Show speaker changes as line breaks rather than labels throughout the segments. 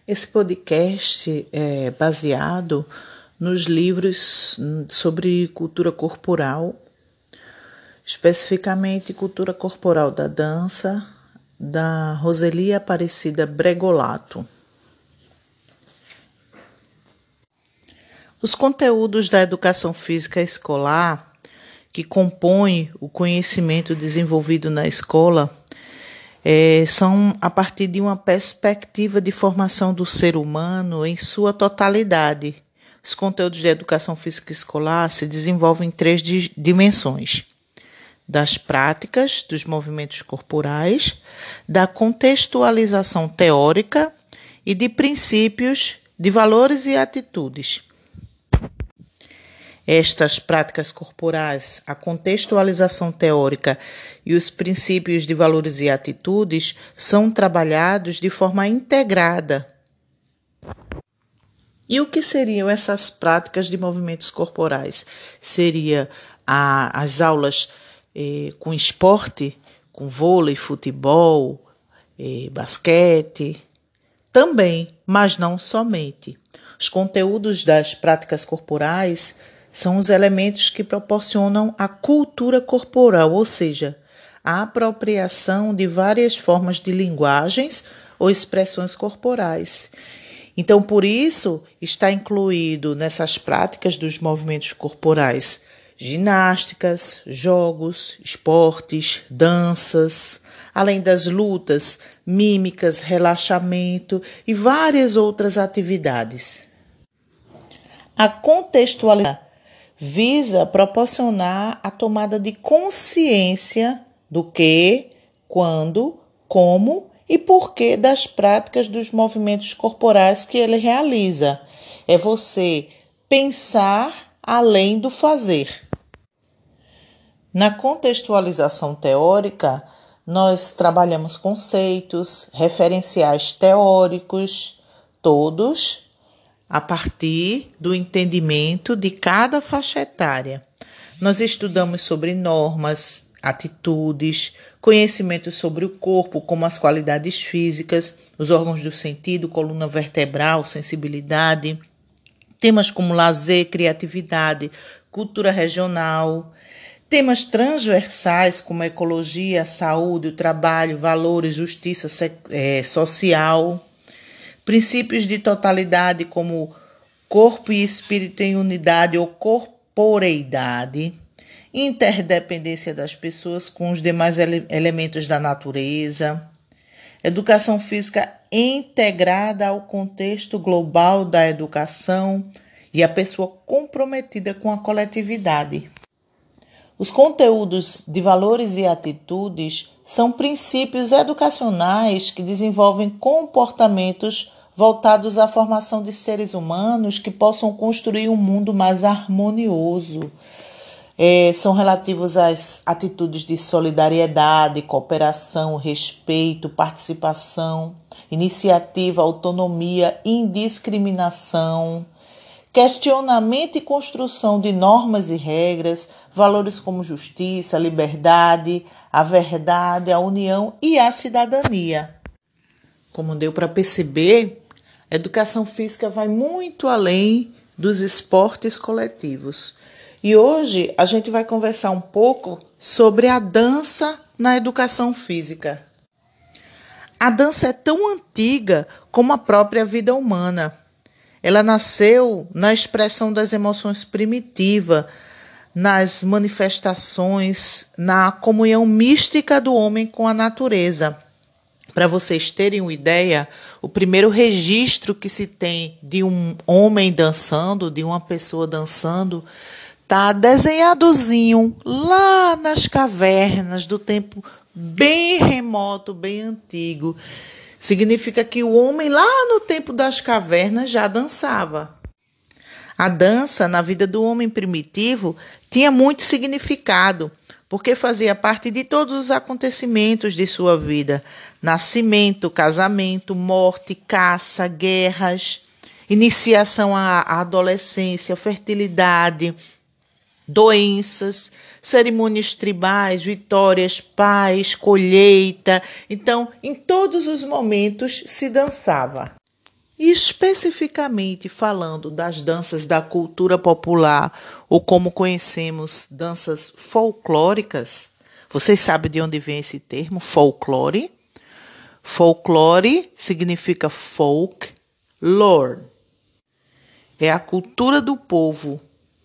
Esse podcast é baseado nos livros sobre cultura corporal, especificamente cultura corporal da dança, da Roseli Aparecida Bregolato. Os conteúdos da educação física escolar, que compõem o conhecimento desenvolvido na escola, são a partir de uma perspectiva de formação do ser humano em sua totalidade. Os conteúdos de educação física escolar se desenvolvem em três dimensões: das práticas, dos movimentos corporais, da contextualização teórica e de princípios, de valores e atitudes. Estas práticas corporais, a contextualização teórica e os princípios de valores e atitudes são trabalhados de forma integrada. E o que seriam essas práticas de movimentos corporais? Seria as aulas com esporte, com vôlei, futebol, basquete, também, mas não somente. Os conteúdos das práticas corporais são os elementos que proporcionam a cultura corporal, ou seja, a apropriação de várias formas de linguagens ou expressões corporais. Então, por isso, está incluído nessas práticas dos movimentos corporais ginásticas, jogos, esportes, danças, além das lutas, mímicas, relaxamento e várias outras atividades. A contextualização visa proporcionar a tomada de consciência do que, quando, como e porquê das práticas dos movimentos corporais que ele realiza. É você pensar além do fazer. Na contextualização teórica, nós trabalhamos conceitos, referenciais teóricos, todos a partir do entendimento de cada faixa etária. Nós estudamos sobre normas, atitudes, conhecimentos sobre o corpo, como as qualidades físicas, os órgãos do sentido, coluna vertebral, sensibilidade, temas como lazer, criatividade, cultura regional, temas transversais como a ecologia, a saúde, o trabalho, valores, justiça social, princípios de totalidade como corpo e espírito em unidade ou corporeidade, interdependência das pessoas com os demais elementos da natureza, educação física integrada ao contexto global da educação e a pessoa comprometida com a coletividade. Os conteúdos de valores e atitudes são princípios educacionais que desenvolvem comportamentos voltados à formação de seres humanos que possam construir um mundo mais harmonioso. São relativos às atitudes de solidariedade, cooperação, respeito, participação, iniciativa, autonomia, indiscriminação, questionamento e construção de normas e regras, valores como justiça, liberdade, a verdade, a união e a cidadania. Como deu para perceber, a educação física vai muito além dos esportes coletivos. E hoje a gente vai conversar um pouco sobre a dança na educação física. A dança é tão antiga como a própria vida humana. Ela nasceu na expressão das emoções primitivas, nas manifestações, na comunhão mística do homem com a natureza. Para vocês terem uma ideia, o primeiro registro que se tem de um homem dançando, de uma pessoa dançando, está desenhadozinho lá nas cavernas do tempo bem remoto, bem antigo. Significa que o homem lá no tempo das cavernas já dançava. A dança na vida do homem primitivo tinha muito significado, porque fazia parte de todos os acontecimentos de sua vida: nascimento, casamento, morte, caça, guerras, iniciação à adolescência, fertilidade, doenças, cerimônias tribais, vitórias, paz, colheita. Então, em todos os momentos se dançava. E especificamente falando das danças da cultura popular, ou como conhecemos, danças folclóricas, vocês sabem de onde vem esse termo, folclore? Folclore significa folk, lore. É a cultura do povo.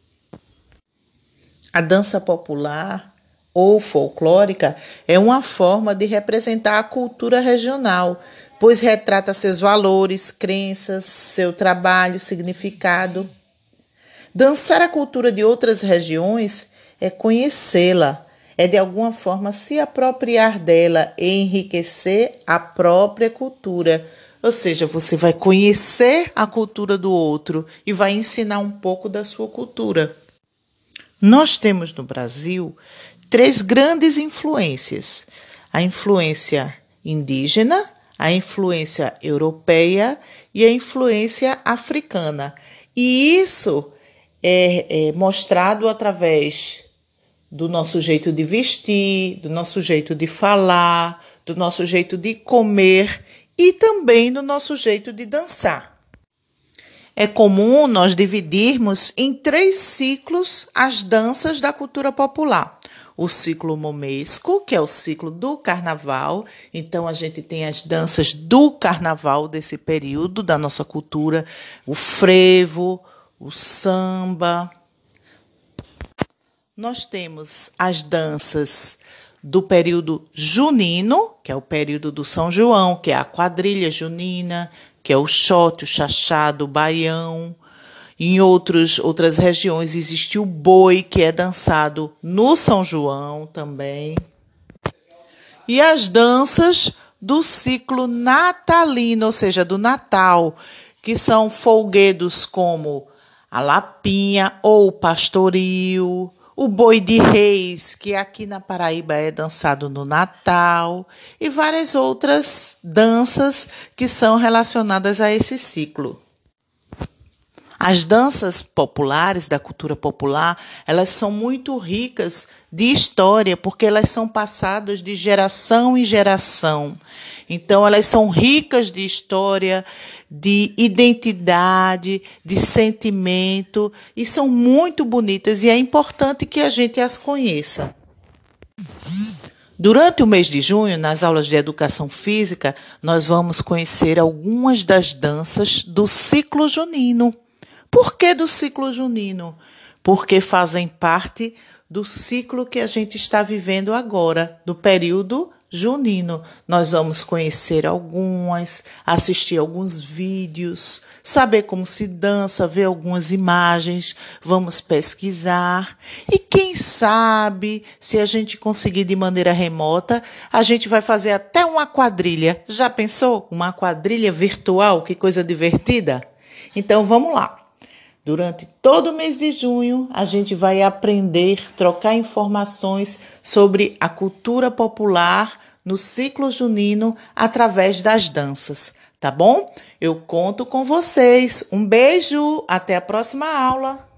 A dança popular ou folclórica é uma forma de representar a cultura regional, pois retrata seus valores, crenças, seu trabalho, significado. Dançar a cultura de outras regiões é conhecê-la, é de alguma forma se apropriar dela e enriquecer a própria cultura. Ou seja, você vai conhecer a cultura do outro e vai ensinar um pouco da sua cultura. Nós temos no Brasil 3 grandes influências: a influência indígena, a influência europeia e a influência africana. E isso é mostrado através do nosso jeito de vestir, do nosso jeito de falar, do nosso jeito de comer e também do nosso jeito de dançar. É comum nós dividirmos em 3 ciclos as danças da cultura popular. O ciclo momesco, que é o ciclo do carnaval. Então, a gente tem as danças do carnaval desse período da nossa cultura, o frevo, o samba. Nós temos as danças do período junino, que é o período do São João, que é a quadrilha junina, que é o xote, o chachado, o baião. Em outras regiões existe o boi, que é dançado no São João também. E as danças do ciclo natalino, ou seja, do Natal, que são folguedos como a lapinha ou o pastoril, o boi de reis, que aqui na Paraíba é dançado no Natal, e várias outras danças que são relacionadas a esse ciclo. As danças populares, da cultura popular, elas são muito ricas de história, porque elas são passadas de geração em geração. Então, elas são ricas de história, de identidade, de sentimento, e são muito bonitas, e é importante que a gente as conheça. Durante o mês de junho, nas aulas de educação física, nós vamos conhecer algumas das danças do ciclo junino. Por que do ciclo junino? Porque fazem parte do ciclo que a gente está vivendo agora, do período junino. Nós vamos conhecer algumas, assistir alguns vídeos, saber como se dança, ver algumas imagens, vamos pesquisar. E quem sabe, se a gente conseguir de maneira remota, a gente vai fazer até uma quadrilha. Já pensou? Uma quadrilha virtual? Que coisa divertida! Então, vamos lá. Durante todo o mês de junho, a gente vai aprender, trocar informações sobre a cultura popular no ciclo junino através das danças, tá bom? Eu conto com vocês. Um beijo, até a próxima aula.